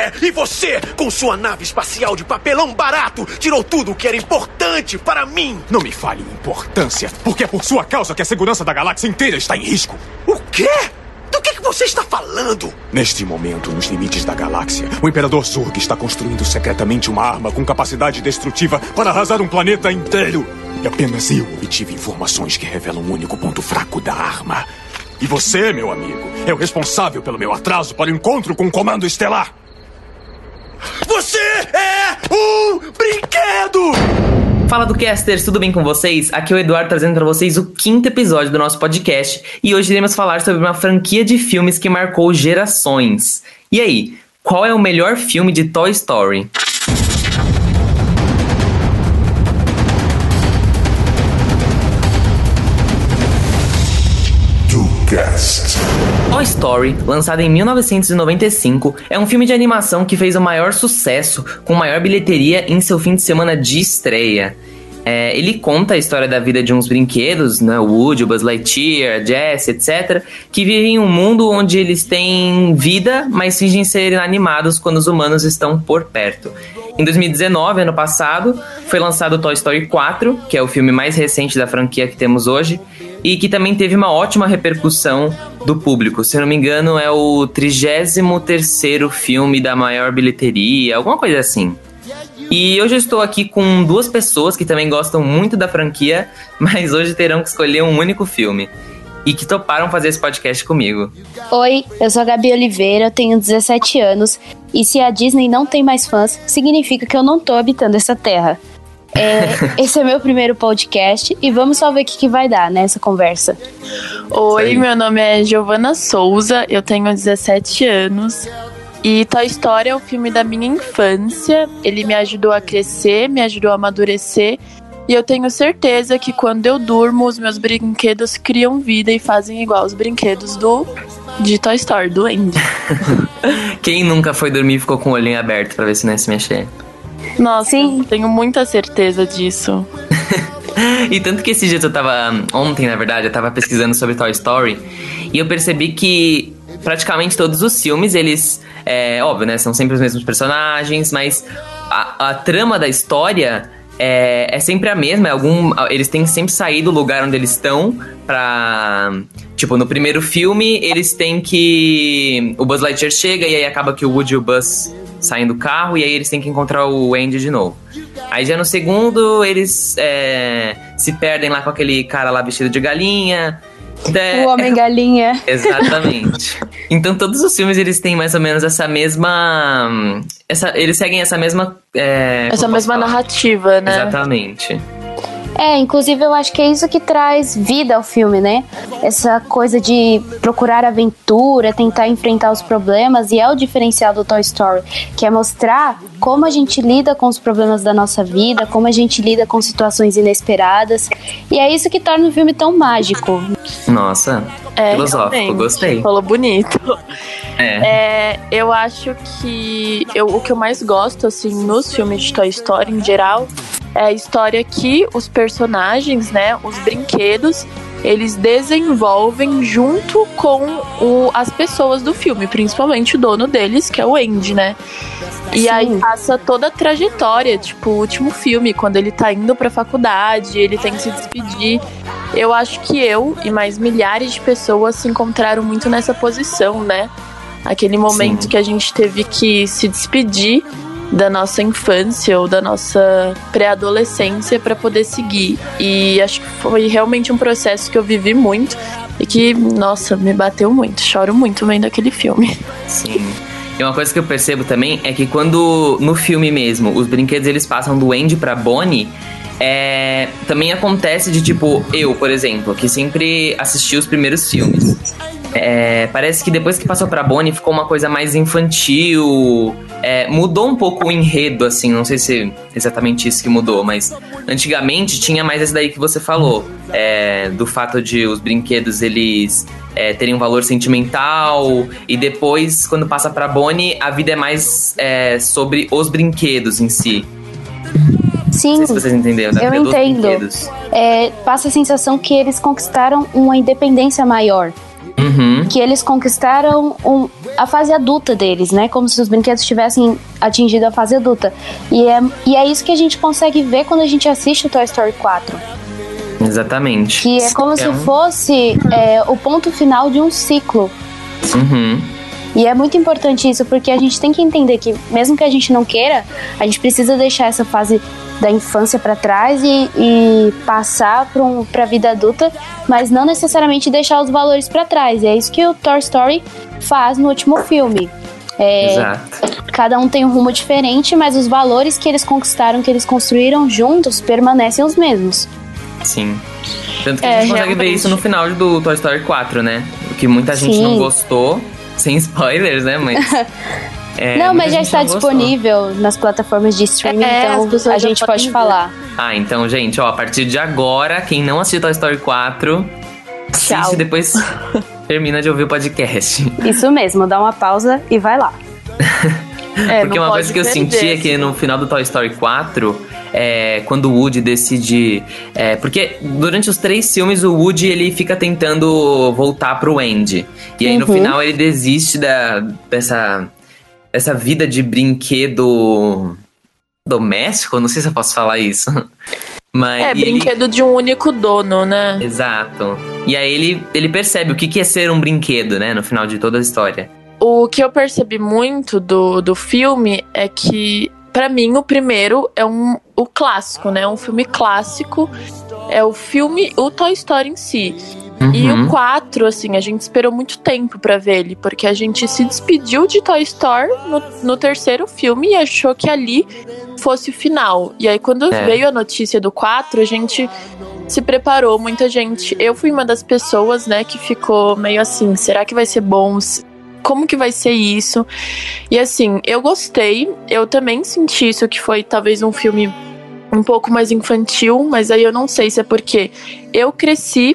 E você, com sua nave espacial de papelão barato, tirou tudo o que era importante para mim. Não me fale em importância, porque é por sua causa que a segurança da galáxia inteira está em risco. O quê? Do que você está falando? Neste momento, nos limites da galáxia, o Imperador Zurg está construindo secretamente uma arma com capacidade destrutiva para arrasar um planeta inteiro. E apenas eu obtive informações que revelam um único ponto fraco da arma. E você, meu amigo, é o responsável pelo meu atraso para o encontro com o Comando Estelar. Você é um brinquedo! Fala do Casters, tudo bem com vocês? Aqui é o Eduardo trazendo pra vocês o 5º episódio do nosso podcast. E hoje iremos falar sobre uma franquia de filmes que marcou gerações. E aí, qual é o melhor filme de Toy Story? Toy Story, lançado em 1995, é um filme de animação que fez o maior sucesso, com maior bilheteria em seu fim de semana de estreia. Ele conta a história da vida de uns brinquedos, né, o Woody, o Buzz Lightyear, a Jessie, etc., que vivem em um mundo onde eles têm vida, mas fingem ser inanimados quando os humanos estão por perto. Em 2019, ano passado, foi lançado Toy Story 4, que é o filme mais recente da franquia que temos hoje, e que também teve uma ótima repercussão do público. Se eu não me engano, é o 33º filme da maior bilheteria, alguma coisa assim. E hoje eu estou aqui com duas pessoas que também gostam muito da franquia, mas hoje terão que escolher um único filme. E que toparam fazer esse podcast comigo. Oi, eu sou a Gabi Oliveira, eu tenho 17 anos. E se a Disney não tem mais fãs, significa que eu não tô habitando essa terra. Esse é meu primeiro podcast e vamos só ver o que vai dar nessa conversa. Oi, meu nome é Giovana Souza, eu tenho 17 anos. E Toy Story é o filme da minha infância. Ele me ajudou a crescer, me ajudou a amadurecer. E eu tenho certeza que quando eu durmo, os meus brinquedos criam vida e fazem igual os brinquedos de Toy Story, do Andy. Quem nunca foi dormir e ficou com o olhinho aberto pra ver se não ia se mexer? Nossa, sim, tenho muita certeza disso. E tanto que esses dias ontem na verdade, eu tava pesquisando sobre Toy Story e eu percebi que praticamente todos os filmes, eles, óbvio, né, são sempre os mesmos personagens, mas a trama da história é sempre a mesma. Eles têm que sempre sair do lugar onde eles estão pra... Tipo, no primeiro filme, eles têm que... O Buzz Lightyear chega e aí acaba que o Woody e o Buzz saem do carro e aí eles têm que encontrar o Andy de novo. Aí já no segundo, eles se perdem lá com aquele cara lá vestido de galinha. O Homem-Galinha. Exatamente. Então todos os filmes, eles têm mais ou menos essa mesma... eles seguem essa mesma... essa mesma narrativa, né? Exatamente. Inclusive eu acho que é isso que traz vida ao filme, né? Essa coisa de procurar aventura, tentar enfrentar os problemas, e é o diferencial do Toy Story, que é mostrar como a gente lida com os problemas da nossa vida, como a gente lida com situações inesperadas, e é isso que torna o filme tão mágico. Nossa, filosófico, realmente. Gostei. Falou bonito. Eu acho que o que eu mais gosto, assim, nos filmes de Toy Story em geral, é a história que os personagens, né, os brinquedos, eles desenvolvem junto com as pessoas do filme, principalmente o dono deles, que é o Andy, né? E sim, aí passa toda a trajetória, tipo, o último filme, quando ele tá indo pra faculdade, ele tem que se despedir. Eu acho que eu e mais milhares de pessoas se encontraram muito nessa posição, né? Aquele momento sim, que a gente teve que se despedir da nossa infância ou da nossa pré-adolescência para poder seguir. E acho que foi realmente um processo que eu vivi muito e que, nossa, me bateu muito. Choro muito vendo aquele filme. Sim. E uma coisa que eu percebo também é que quando, no filme mesmo, os brinquedos eles passam do Andy pra Bonnie, também acontece de, tipo, eu, por exemplo, que sempre assisti os primeiros filmes. Parece que depois que passou pra Bonnie ficou uma coisa mais infantil, mudou um pouco o enredo, assim, não sei se é exatamente isso que mudou, mas antigamente tinha mais esse daí que você falou, do fato de os brinquedos eles terem um valor sentimental, e depois, quando passa pra Bonnie, a vida é mais sobre os brinquedos em si. Sim, não sei se vocês entenderam, eu entendo. Passa a sensação que eles conquistaram uma independência maior. que eles conquistaram a fase adulta deles, né? Como se os brinquedos tivessem atingido a fase adulta. E é isso que a gente consegue ver quando a gente assiste o Toy Story 4. Exatamente. Que é como se fosse o ponto final de um ciclo. E é muito importante isso, porque a gente tem que entender que, mesmo que a gente não queira, a gente precisa deixar essa fase da infância pra trás e passar pra vida adulta, mas não necessariamente deixar os valores pra trás. E é isso que o Toy Story faz no último filme. Exato. Cada um tem um rumo diferente, mas os valores que eles conquistaram, que eles construíram juntos, permanecem os mesmos. Sim. Tanto que a gente consegue ver isso no final do Toy Story 4, né? O que muita gente não gostou, sem spoilers, né? Mas... não, mas já está disponível nas plataformas de streaming, então a gente pode falar. Então, gente, a partir de agora, quem não assistiu Toy Story 4, assiste e depois termina de ouvir o podcast. Isso mesmo, dá uma pausa e vai lá. Porque uma coisa que eu senti é que no final do Toy Story 4, quando o Woody decide... porque durante os 3 filmes, o Woody ele fica tentando voltar pro Andy. E aí no final ele desiste dessa vida de brinquedo doméstico, não sei se eu posso falar isso. Mas brinquedo de um único dono, né? Exato. E aí ele percebe o que é ser um brinquedo, né? No final de toda a história. O que eu percebi muito do filme é que, pra mim, o primeiro é o clássico, né? Um filme clássico. É o Toy Story em si. E o 4, assim, a gente esperou muito tempo pra ver ele, porque a gente se despediu de Toy Story no terceiro filme e achou que ali fosse o final. E aí, quando veio a notícia do 4, a gente se preparou, muita gente. Eu fui uma das pessoas, né, que ficou meio assim, será que vai ser bom? Como que vai ser isso? E assim, eu gostei, eu também senti isso, que foi talvez um filme um pouco mais infantil, mas aí eu não sei se é porque eu cresci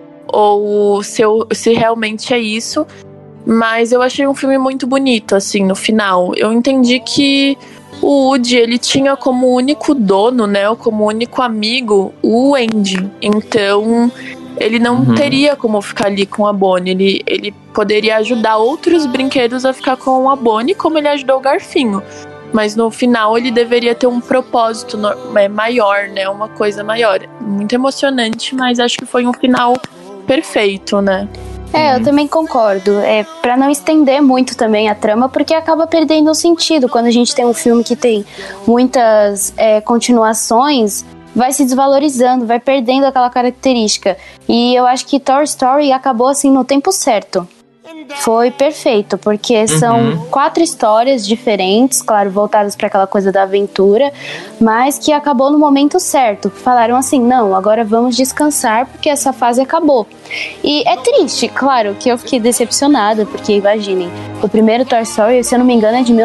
ou se realmente é isso, mas eu achei um filme muito bonito, assim, no final. Eu entendi que o Woody, ele tinha como único dono, né, ou como único amigo, o Andy. Então, ele não teria como ficar ali com a Bonnie. Ele poderia ajudar outros brinquedos a ficar com a Bonnie, como ele ajudou o Garfinho. Mas no final ele deveria ter um propósito maior, né, uma coisa maior. Muito emocionante, mas acho que foi um final perfeito, né? Eu também concordo. Pra não estender muito também a trama, porque acaba perdendo o sentido. Quando a gente tem um filme que tem muitas continuações, vai se desvalorizando, vai perdendo aquela característica. E eu acho que Toy Story acabou assim no tempo certo. Foi perfeito, porque são 4 histórias diferentes, claro, voltadas para aquela coisa da aventura, mas que acabou no momento certo. Falaram assim, não, agora vamos descansar porque essa fase acabou. E é triste, claro, que eu fiquei decepcionada, porque imaginem, o primeiro Toy Story, se eu não me engano, é de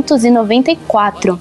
1994.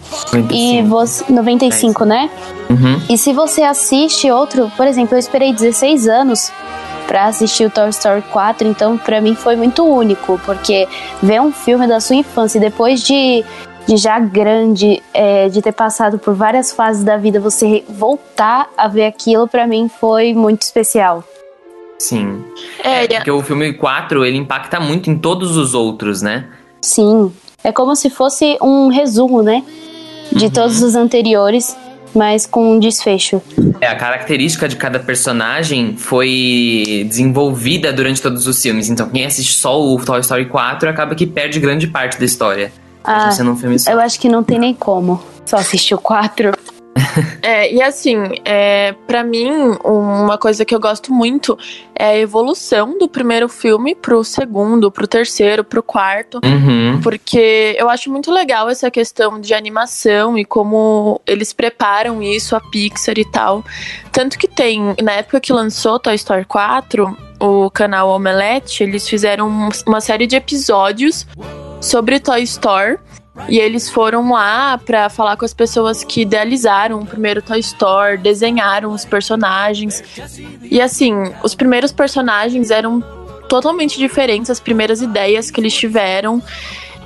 95, né? E se você assiste outro, por exemplo, eu esperei 16 anos pra assistir o Toy Story 4, então pra mim foi muito único, porque ver um filme da sua infância e depois de já grande, de ter passado por várias fases da vida, você voltar a ver aquilo, pra mim foi muito especial. Sim. Porque o filme 4, ele impacta muito em todos os outros, né? Sim. É como se fosse um resumo, né? De todos os anteriores, mas com um desfecho. A característica de cada personagem foi desenvolvida durante todos os filmes. Então, quem assiste só o Toy Story 4 acaba que perde grande parte da história. Sendo um filme só. Eu acho que não tem nem como só assistir o 4. E assim, pra mim, uma coisa que eu gosto muito é a evolução do primeiro filme pro segundo, pro terceiro, pro quarto. Porque eu acho muito legal essa questão de animação e como eles preparam isso, a Pixar e tal. Tanto que tem, na época que lançou Toy Story 4, o canal Omelete, eles fizeram uma série de episódios sobre Toy Story. E eles foram lá pra falar com as pessoas que idealizaram o primeiro Toy Story, desenharam os personagens. E assim, os primeiros personagens eram totalmente diferentes, as primeiras ideias que eles tiveram.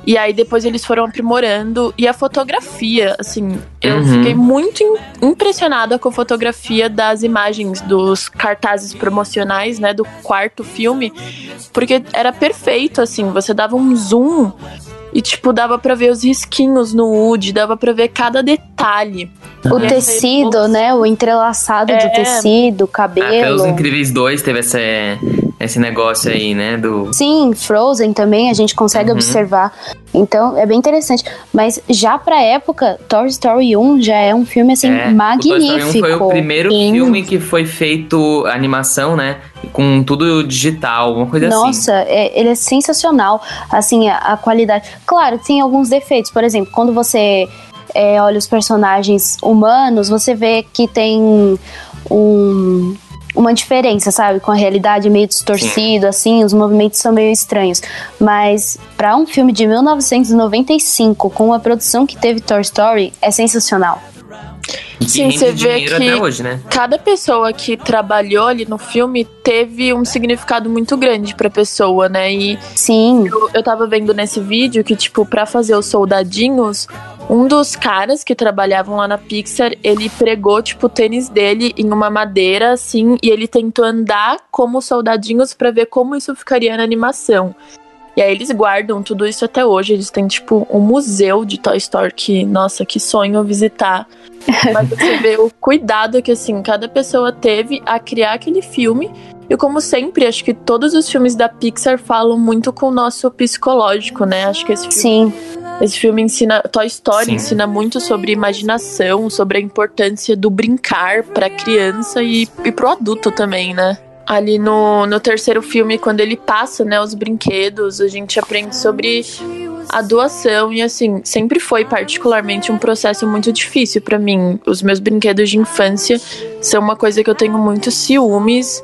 E aí depois eles foram aprimorando. E a fotografia, assim, eu fiquei muito impressionada com a fotografia das imagens dos cartazes promocionais, né, do quarto filme. Porque era perfeito, assim, você dava um zoom e, tipo, dava pra ver os risquinhos no Woody, dava pra ver cada detalhe. O tecido, né, o entrelaçado de tecido, cabelo. Até Os Incríveis 2 teve esse negócio aí, né? Sim, Frozen também a gente consegue observar. Então, é bem interessante. Mas já pra época, Toy Story 1 já é um filme, assim, magnífico. O Toy Story 1 foi o primeiro filme que foi feito animação, né? Com tudo digital, uma coisa assim. Nossa, ele é sensacional. Assim, a qualidade. Claro, tem alguns defeitos. Por exemplo, quando você olha os personagens humanos, você vê que tem uma diferença, sabe? Com a realidade meio distorcido, assim, os movimentos são meio estranhos. Mas pra um filme de 1995, com a produção que teve Toy Story, é sensacional. Sim, você vê que até hoje, né? Cada pessoa que trabalhou ali no filme teve um significado muito grande pra pessoa, né? E sim, eu tava vendo nesse vídeo que, tipo, pra fazer os soldadinhos, um dos caras que trabalhavam lá na Pixar, ele pregou, tipo, o tênis dele em uma madeira, assim, e ele tentou andar como soldadinhos pra ver como isso ficaria na animação. E aí eles guardam tudo isso até hoje. Eles têm, tipo, um museu de Toy Story que, nossa, que sonho visitar. Mas você vê o cuidado que, assim, cada pessoa teve a criar aquele filme. E como sempre, acho que todos os filmes da Pixar falam muito com o nosso psicológico, né? Acho que esse filme ensina, Toy Story ensina muito sobre imaginação, sobre a importância do brincar pra criança e pro adulto também, né? Ali no terceiro filme, quando ele passa, né, os brinquedos, a gente aprende sobre a doação. E assim, sempre foi particularmente um processo muito difícil pra mim. Os meus brinquedos de infância são uma coisa que eu tenho muito ciúmes.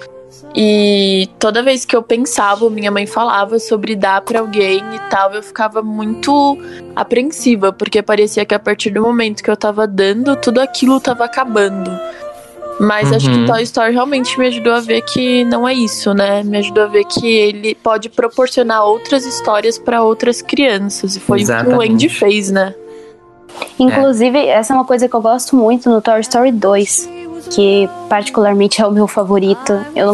E toda vez que eu pensava, minha mãe falava sobre dar pra alguém e tal, eu ficava muito apreensiva, porque parecia que a partir do momento que eu tava dando, tudo aquilo tava acabando. Mas acho que Toy Story realmente me ajudou a ver que não é isso, né? Me ajudou a ver que ele pode proporcionar outras histórias para outras crianças. E foi o que o Andy fez, né? Inclusive, essa é uma coisa que eu gosto muito no Toy Story 2, que particularmente é o meu favorito. Eu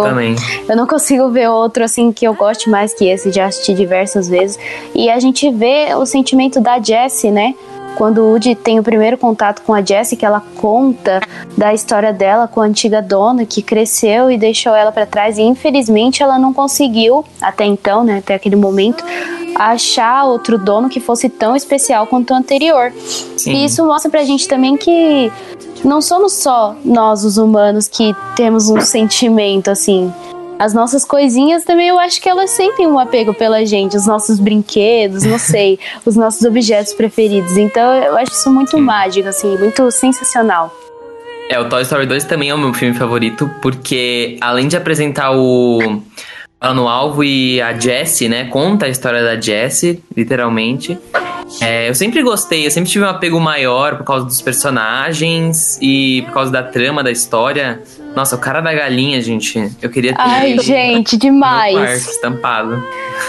não consigo ver outro assim que eu goste mais que esse, já assisti diversas vezes. E a gente vê o sentimento da Jessie, né? Quando o Woody tem o primeiro contato com a Jessie, que ela conta da história dela com a antiga dona, que cresceu e deixou ela pra trás. E infelizmente ela não conseguiu, até então, né, até aquele momento, achar outro dono que fosse tão especial quanto o anterior. Sim. E isso mostra pra gente também que não somos só nós, os humanos, que temos um sentimento, assim. As nossas coisinhas também, eu acho que elas sentem um apego pela gente. Os nossos brinquedos, não sei, os nossos objetos preferidos. Então eu acho isso muito mágico, assim, muito sensacional. O Toy Story 2 também é o meu filme favorito, porque além de apresentar o Plano-Alvo e a Jessie, né, conta a história da Jessie, literalmente. Eu sempre gostei, eu sempre tive um apego maior por causa dos personagens e por causa da trama da história. Nossa, o cara da galinha, gente, eu queria ter... Ai, gente, demais! No quarto, estampado.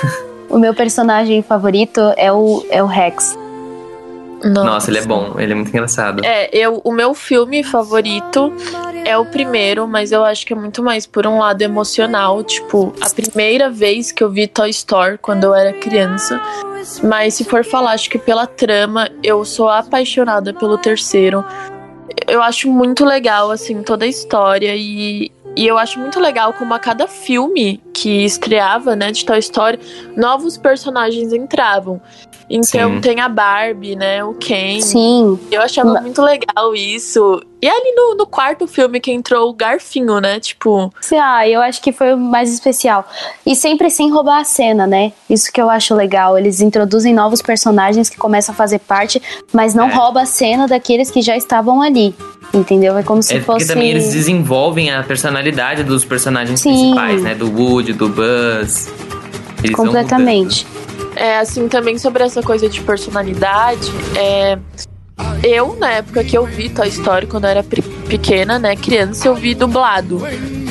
O meu personagem favorito é o Rex. Nossa, ele é bom, ele é muito engraçado. O meu filme favorito é o primeiro, mas eu acho que é muito mais por um lado emocional. Tipo, a primeira vez que eu vi Toy Story, quando eu era criança. Mas se for falar, acho que pela trama, eu sou apaixonada pelo terceiro. Eu acho muito legal, assim, toda a história. E eu acho muito legal como a cada filme que estreava, né, de Toy Story, novos personagens entravam. Então tem a Barbie, né, o Ken. Sim. Eu achava muito legal isso. E ali no quarto filme que entrou o Garfinho, né, tipo... eu acho que foi o mais especial. E sempre sem roubar a cena, né? Isso que eu acho legal. Eles introduzem novos personagens que começam a fazer parte, mas não rouba a cena daqueles que já estavam ali. Entendeu? É como se fosse... Porque também eles desenvolvem a personalidade dos personagens principais, né? Do Woody, do Buzz. Eles completamente. Assim, também sobre essa coisa de personalidade, eu, na época que eu vi Toy Story, quando eu era pequena, né, criança, eu vi dublado.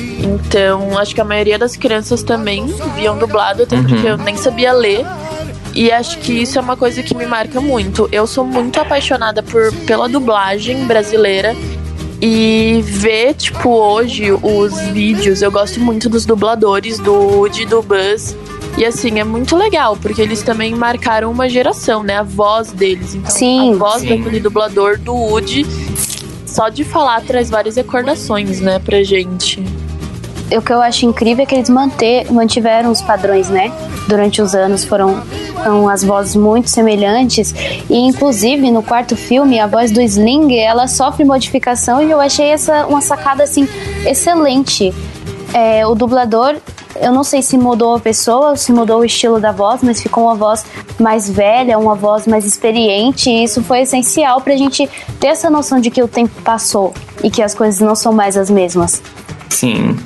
Então, acho que a maioria das crianças também viam dublado, até porque eu nem sabia ler. E acho que isso é uma coisa que me marca muito. Eu sou muito apaixonada pela dublagem brasileira. E ver, tipo, hoje os vídeos, eu gosto muito dos dubladores, do Woody e do Buzz. E assim, é muito legal, porque eles também marcaram uma geração, né? A voz deles. Então, sim, a voz daquele dublador do Woody, só de falar, traz várias recordações, né, pra gente. O que eu acho incrível é que eles mantiveram os padrões, né? Durante os anos foram as vozes muito semelhantes. E inclusive no quarto filme, a voz do Sling, ela sofre modificação. E eu achei uma sacada assim excelente. O dublador, eu não sei se mudou a pessoa, se mudou o estilo da voz, mas ficou uma voz mais velha, uma voz mais experiente. E isso foi essencial pra gente ter essa noção de que o tempo passou e que as coisas não são mais as mesmas. Sim.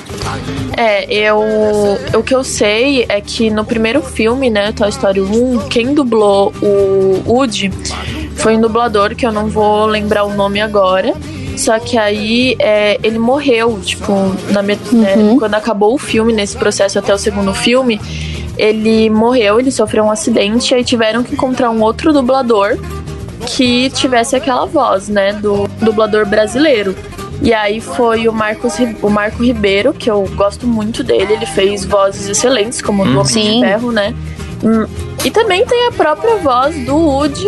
O que eu sei é que no primeiro filme, né, Toy Story 1, quem dublou o Woody foi um dublador que eu não vou lembrar o nome agora. Só que aí ele morreu, tipo, quando acabou o filme, nesse processo até o segundo filme, ele morreu, ele sofreu um acidente, aí tiveram que encontrar um outro dublador que tivesse aquela voz, né, do dublador brasileiro. E aí foi o Marco Ribeiro, que eu gosto muito dele, ele fez vozes excelentes, como do Homem de Ferro, né? E também tem a própria voz do Woody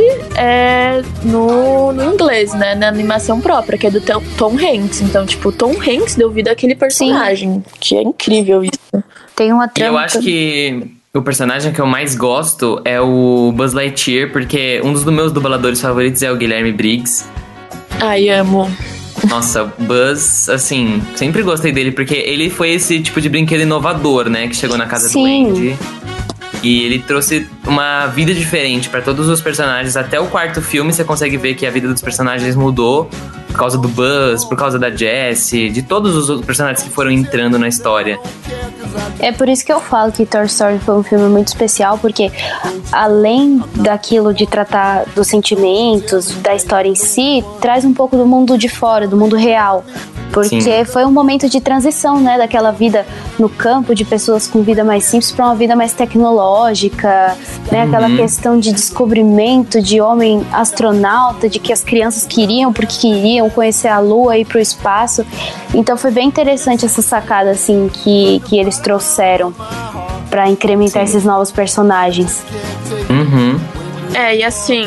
no inglês, né? Na animação própria, que é do Tom Hanks. Então, tipo, Tom Hanks deu vida àquele personagem, que é incrível isso. Tem uma trama. Eu acho que o personagem que eu mais gosto é o Buzz Lightyear, porque um dos meus dubladores favoritos é o Guilherme Briggs. Ai, amo. Nossa, o Buzz, assim, sempre gostei dele, porque ele foi esse tipo de brinquedo inovador, né? Que chegou na casa do Andy. E ele trouxe uma vida diferente pra todos os personagens. Até o quarto filme você consegue ver que a vida dos personagens mudou por causa do Buzz, por causa da Jessie, de todos os outros personagens que foram entrando na história. É por isso que eu falo que Toy Story foi um filme muito especial, porque além daquilo de tratar dos sentimentos, da história em si, traz um pouco do mundo de fora, do mundo real. Porque foi um momento de transição, né, daquela vida no campo, de pessoas com vida mais simples para uma vida mais tecnológica, né, aquela questão de descobrimento de homem astronauta, de que as crianças queriam, porque queriam conhecer a Lua e ir pro espaço. Então foi bem interessante essa sacada, assim, que eles trouxeram para incrementar esses novos personagens. E assim,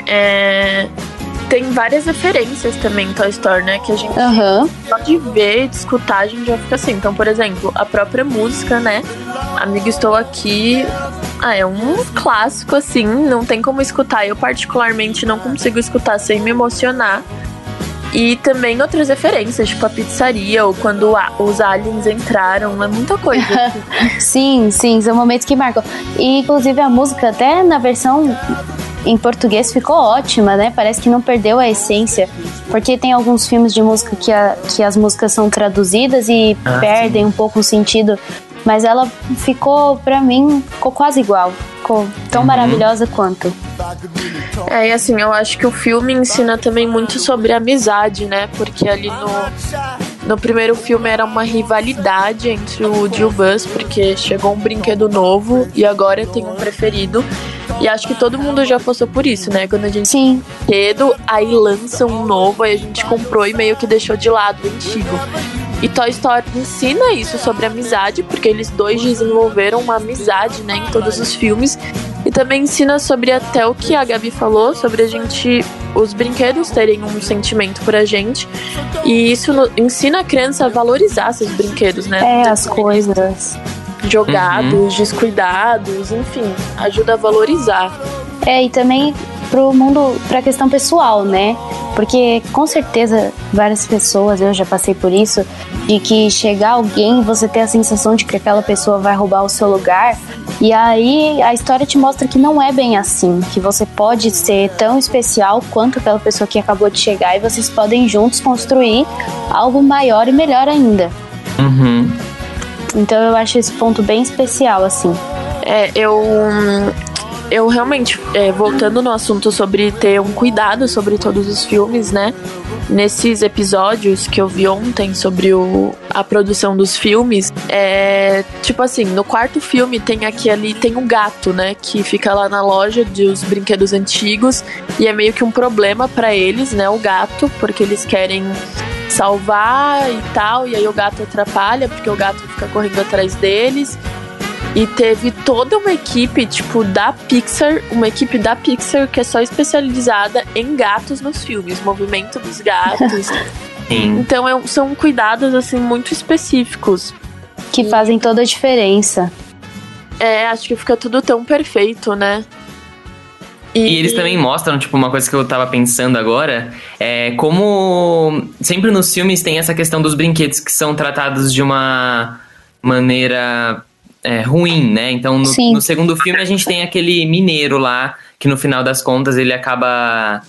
tem várias referências também em Toy Story, né? Que a gente pode ver, de escutar, a gente já fica assim. Então, por exemplo, a própria música, né? Amigo, Estou Aqui. É um clássico, assim. Não tem como escutar. Eu, particularmente, não consigo escutar sem me emocionar. E também outras referências, tipo a pizzaria, ou quando os aliens entraram. É muita coisa. Sim, são momentos que marcam. E, inclusive, a música, até na versão em português, ficou ótima, né? Parece que não perdeu a essência. Porque tem alguns filmes de música que as músicas são traduzidas e perdem um pouco o sentido. Mas ela ficou, pra mim, ficou quase igual. Ficou tão maravilhosa quanto. E assim, eu acho que o filme ensina também muito sobre amizade, né? Porque ali no primeiro filme era uma rivalidade entre o Woody e o Buzz, porque chegou um brinquedo novo e agora tem um preferido. E acho que todo mundo já passou por isso, né? Quando a gente tem um brinquedo, aí lança um novo, aí a gente comprou e meio que deixou de lado o antigo. E Toy Story ensina isso sobre amizade, porque eles dois desenvolveram uma amizade, né, em todos os filmes. E também ensina sobre até o que a Gabi falou, sobre os brinquedos terem um sentimento por a gente. E isso ensina a criança a valorizar seus brinquedos, né? As coisas jogados, descuidados, enfim, ajuda a valorizar. E também pro mundo, pra questão pessoal, né? Porque com certeza várias pessoas, eu já passei por isso, de que chegar alguém e você ter a sensação de que aquela pessoa vai roubar o seu lugar, e aí a história te mostra que não é bem assim, que você pode ser tão especial quanto aquela pessoa que acabou de chegar, e vocês podem juntos construir algo maior e melhor ainda. Uhum. Então eu acho esse ponto bem especial, assim. eu realmente, voltando no assunto sobre ter um cuidado sobre todos os filmes, né? Nesses episódios que eu vi ontem sobre a produção dos filmes, tipo assim, no quarto filme tem um gato, né? Que fica lá na loja dos brinquedos antigos e é meio que um problema pra eles, né? O gato, porque eles querem salvar e tal, e aí o gato atrapalha porque o gato fica correndo atrás deles. E teve toda uma equipe, tipo, uma equipe da Pixar que é só especializada em gatos nos filmes, movimento dos gatos. Então são cuidados, assim, muito específicos. Que fazem toda a diferença. Acho que fica tudo tão perfeito, né? E eles também mostram, tipo, uma coisa que eu tava pensando agora, como sempre nos filmes tem essa questão dos brinquedos que são tratados de uma maneira ruim, né? Então, no segundo filme a gente tem aquele mineiro lá, que no final das contas ele acaba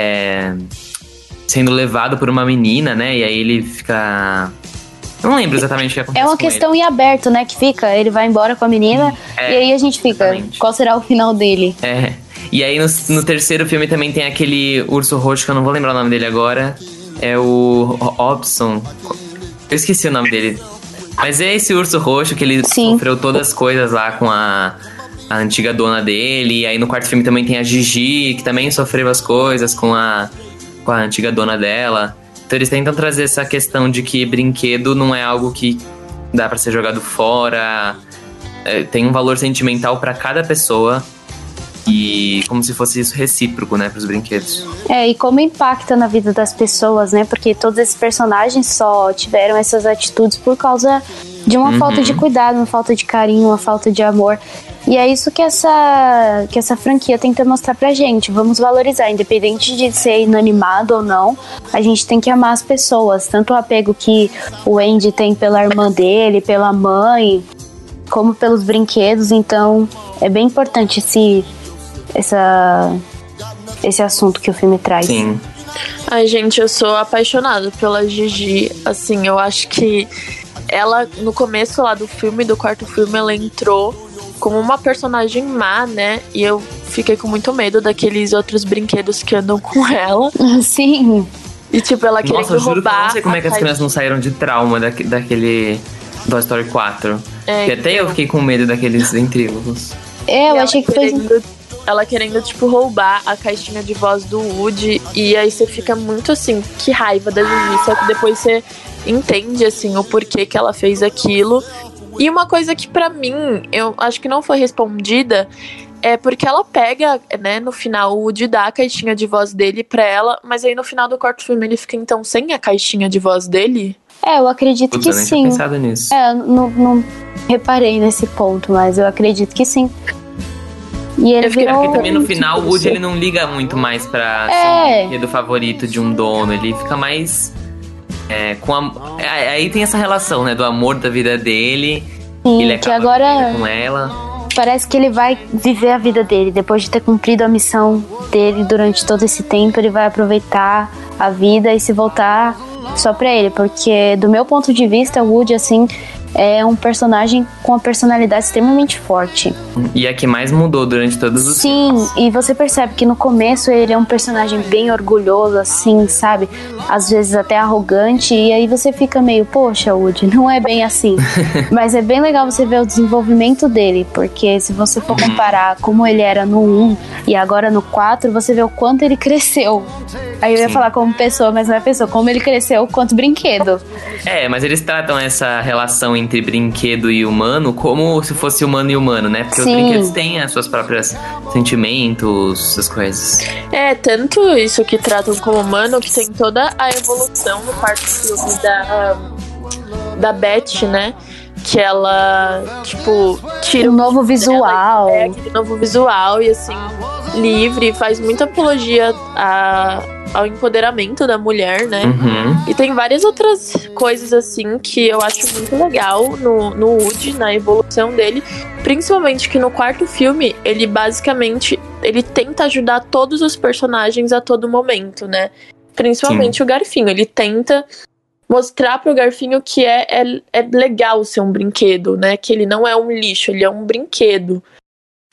sendo levado por uma menina, né? E aí ele fica... Eu não lembro exatamente o que acontece. É uma questão em aberto, né? Que fica, ele vai embora com a menina e aí a gente fica, exatamente. Qual será o final dele? E aí no terceiro filme também tem aquele urso roxo, que eu não vou lembrar o nome dele agora. É o Hobson. Eu esqueci o nome dele. Mas é esse urso roxo que ele sofreu todas as coisas lá com a antiga dona dele. E aí no quarto filme também tem a Gigi, que também sofreu as coisas com a antiga dona dela. Então eles tentam trazer essa questão de que brinquedo não é algo que dá pra ser jogado fora. Tem um valor sentimental pra cada pessoa. E como se fosse isso recíproco, né, pros brinquedos. E como impacta na vida das pessoas, né? Porque todos esses personagens só tiveram essas atitudes por causa de uma falta de cuidado, uma falta de carinho, uma falta de amor. E é isso que essa franquia tenta mostrar pra gente. Vamos valorizar, independente de ser inanimado ou não, a gente tem que amar as pessoas. Tanto o apego que o Andy tem pela irmã dele, pela mãe, como pelos brinquedos. Então, é bem importante esse assunto que o filme traz. Sim. Ai, gente, eu sou apaixonada pela Gigi. Assim, eu acho que ela, no começo lá do filme, do quarto filme, ela entrou como uma personagem má, né? E eu fiquei com muito medo daqueles outros brinquedos que andam com ela. Sim. E tipo, ela querendo roubar. Nossa, eu juro que eu não sei como é que as crianças não saíram de trauma daquele Toy Story 4. Porque até eu fiquei com medo daqueles ventrílocos. Eu achei que foi... Ela querendo, tipo, roubar a caixinha de voz do Woody. E aí você fica muito assim, que raiva da Gigi. Só que depois você entende, assim, o porquê que ela fez aquilo. E uma coisa que pra mim, eu acho que não foi respondida, é porque ela pega, né, no final, o Woody dá a caixinha de voz dele pra ela. Mas aí no final do quarto filme ele fica, então, sem a caixinha de voz dele? Eu acredito que eu nem sim. tinha pensado nisso. Não reparei nesse ponto, mas eu acredito que sim. E ele porque também no final o Woody ele não liga muito mais pra ser um brinquedo favorito de um dono. Ele fica mais aí tem essa relação, né, do amor da vida dele. Sim, ele que agora com ela. Parece que ele vai viver a vida dele. Depois de ter cumprido a missão dele durante todo esse tempo, ele vai aproveitar a vida e se voltar só pra ele. Porque do meu ponto de vista, o Woody, assim, é um personagem com uma personalidade extremamente forte. E a que mais mudou durante todos os filmes. Sim, e você percebe que no começo ele é um personagem bem orgulhoso, assim, sabe? Às vezes até arrogante, e aí você fica meio, poxa, Woody, não é bem assim. Mas é bem legal você ver o desenvolvimento dele, porque se você for comparar como ele era no 1 e agora no 4, você vê o quanto ele cresceu. Aí eu ia falar como pessoa, mas não é pessoa, como ele cresceu quanto brinquedo. Mas eles tratam essa relação entre brinquedo e humano como se fosse humano e humano, né? Porque os brinquedos têm as suas próprias sentimentos, essas coisas. Tanto isso que tratam como humano, que tem toda a evolução no quarto filme da Beth, né? Que ela, tipo, tira um novo visual. Aquele novo visual e, assim, livre, faz muita apologia ao empoderamento da mulher, né? E tem várias outras coisas, assim, que eu acho muito legal no Woody, na evolução dele. Principalmente que no quarto filme, ele basicamente, ele tenta ajudar todos os personagens a todo momento, né? Principalmente o Garfinho. Ele tenta mostrar pro Garfinho que é legal ser um brinquedo, né? Que ele não é um lixo, ele é um brinquedo.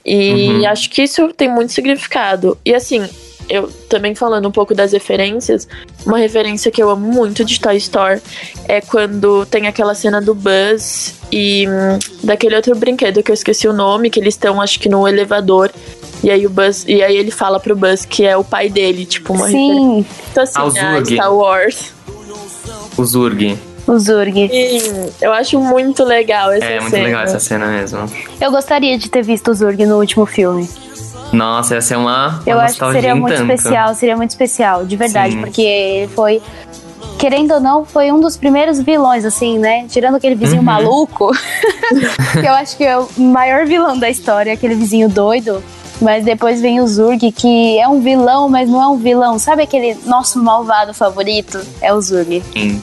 E acho que isso tem muito significado. E assim, eu também falando um pouco das referências, uma referência que eu amo muito de Toy Story é quando tem aquela cena do Buzz e daquele outro brinquedo que eu esqueci o nome, que eles estão, acho que no elevador. E aí ele fala pro Buzz que é o pai dele, tipo, uma referência. Então assim, Star Wars. O Zurg. Sim, eu acho muito legal essa cena. É muito legal essa cena mesmo. Eu gostaria de ter visto o Zurg no último filme. Nossa, ia ser uma eu acho que seria muito especial, de verdade. Sim. Porque ele foi, querendo ou não, foi um dos primeiros vilões, assim, né? Tirando aquele vizinho maluco, que eu acho que é o maior vilão da história, aquele vizinho doido. Mas depois vem o Zurg, que é um vilão, mas não é um vilão. Sabe aquele nosso malvado favorito? É o Zurg.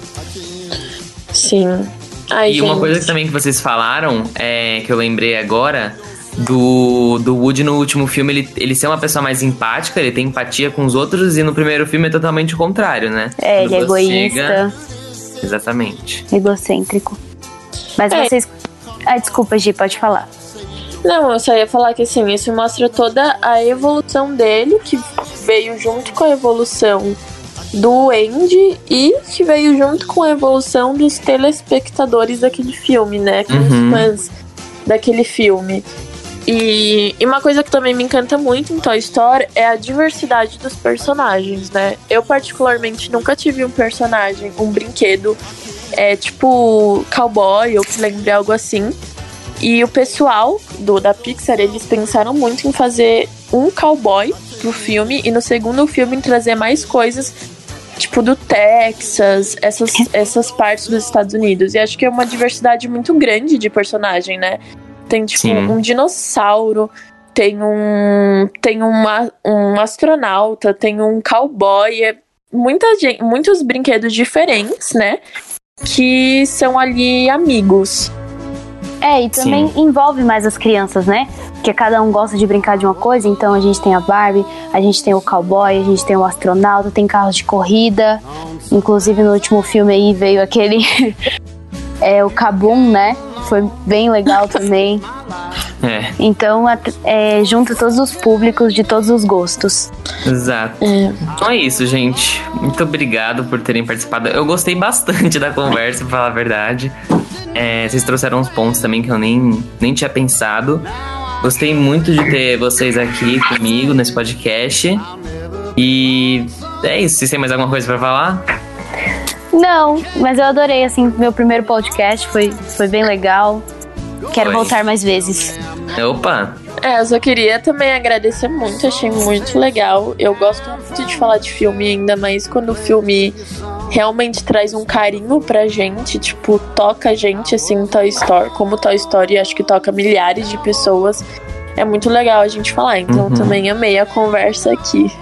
Sim. Ai, e uma coisa também que vocês falaram, que eu lembrei agora, do Woody no último filme, ele ser uma pessoa mais empática, ele tem empatia com os outros, e no primeiro filme é totalmente o contrário, né? Ele é egoísta. Exatamente. Egocêntrico. Mas vocês... desculpa, Gi, pode falar. Não, eu só ia falar que assim, isso mostra toda a evolução dele, que veio junto com a evolução do Andy e que veio junto com a evolução dos telespectadores daquele filme, né? Aqueles fãs daquele filme. E uma coisa que também me encanta muito em Toy Story é a diversidade dos personagens, né? Eu particularmente nunca tive um personagem, um brinquedo, tipo cowboy ou que lembre algo assim. E o pessoal da Pixar, eles pensaram muito em fazer um cowboy pro filme e no segundo filme em trazer mais coisas, tipo do Texas, essas partes dos Estados Unidos. E acho que é uma diversidade muito grande de personagem, né? Tem tipo um dinossauro, tem um astronauta, tem um cowboy, muitos brinquedos diferentes, né? Que são ali amigos. E também envolve mais as crianças, né? Porque cada um gosta de brincar de uma coisa. Então a gente tem a Barbie, a gente tem o cowboy, a gente tem o astronauta, tem carros de corrida. Inclusive no último filme aí veio aquele... o Kabum, né? Foi bem legal também. Então junta todos os públicos de todos os gostos. Exato. Então é isso, gente. Muito obrigado por terem participado. Eu gostei bastante da conversa, pra falar a verdade. Vocês trouxeram uns pontos também que eu nem tinha pensado. Gostei muito de ter vocês aqui comigo nesse podcast. E é isso. Vocês têm mais alguma coisa pra falar? Não, mas eu adorei, assim, meu primeiro podcast. Foi bem legal. Quero voltar mais vezes. Opa! Eu só queria também agradecer muito, achei muito legal. Eu gosto muito de falar de filme, ainda mais quando o filme realmente traz um carinho pra gente, tipo, toca a gente, assim, Toy Story, como Toy Story, acho que toca milhares de pessoas. É muito legal a gente falar, então também amei a conversa aqui.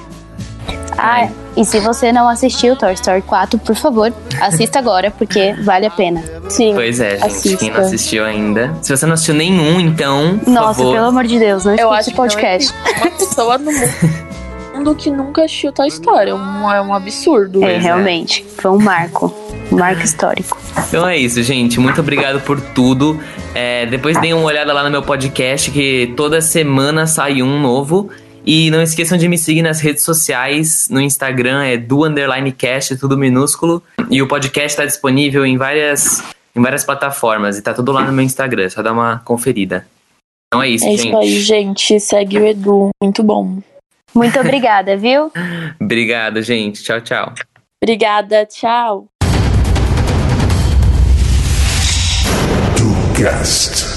E se você não assistiu Toy Story 4, por favor, assista agora, porque vale a pena. Sim, pois é, gente, assista. Quem não assistiu ainda. Se você não assistiu nenhum, então, por Nossa, favor. Pelo amor de Deus, não escute esse podcast. Uma pessoa no mundo que nunca assistiu Toy Story, é um absurdo. Realmente, foi um marco histórico. Então é isso, gente, muito obrigado por tudo. Depois deem uma olhada lá no meu podcast, que toda semana sai um novo. E não esqueçam de me seguir nas redes sociais. No Instagram é @do_cast, tudo minúsculo. E o podcast está disponível em várias plataformas. E tá tudo lá no meu Instagram, só dá uma conferida. Então é isso, gente. É isso aí, gente. Segue o Edu, muito bom. Muito obrigada, viu? Obrigado, gente. Tchau, tchau. Obrigada, tchau. Do Cast.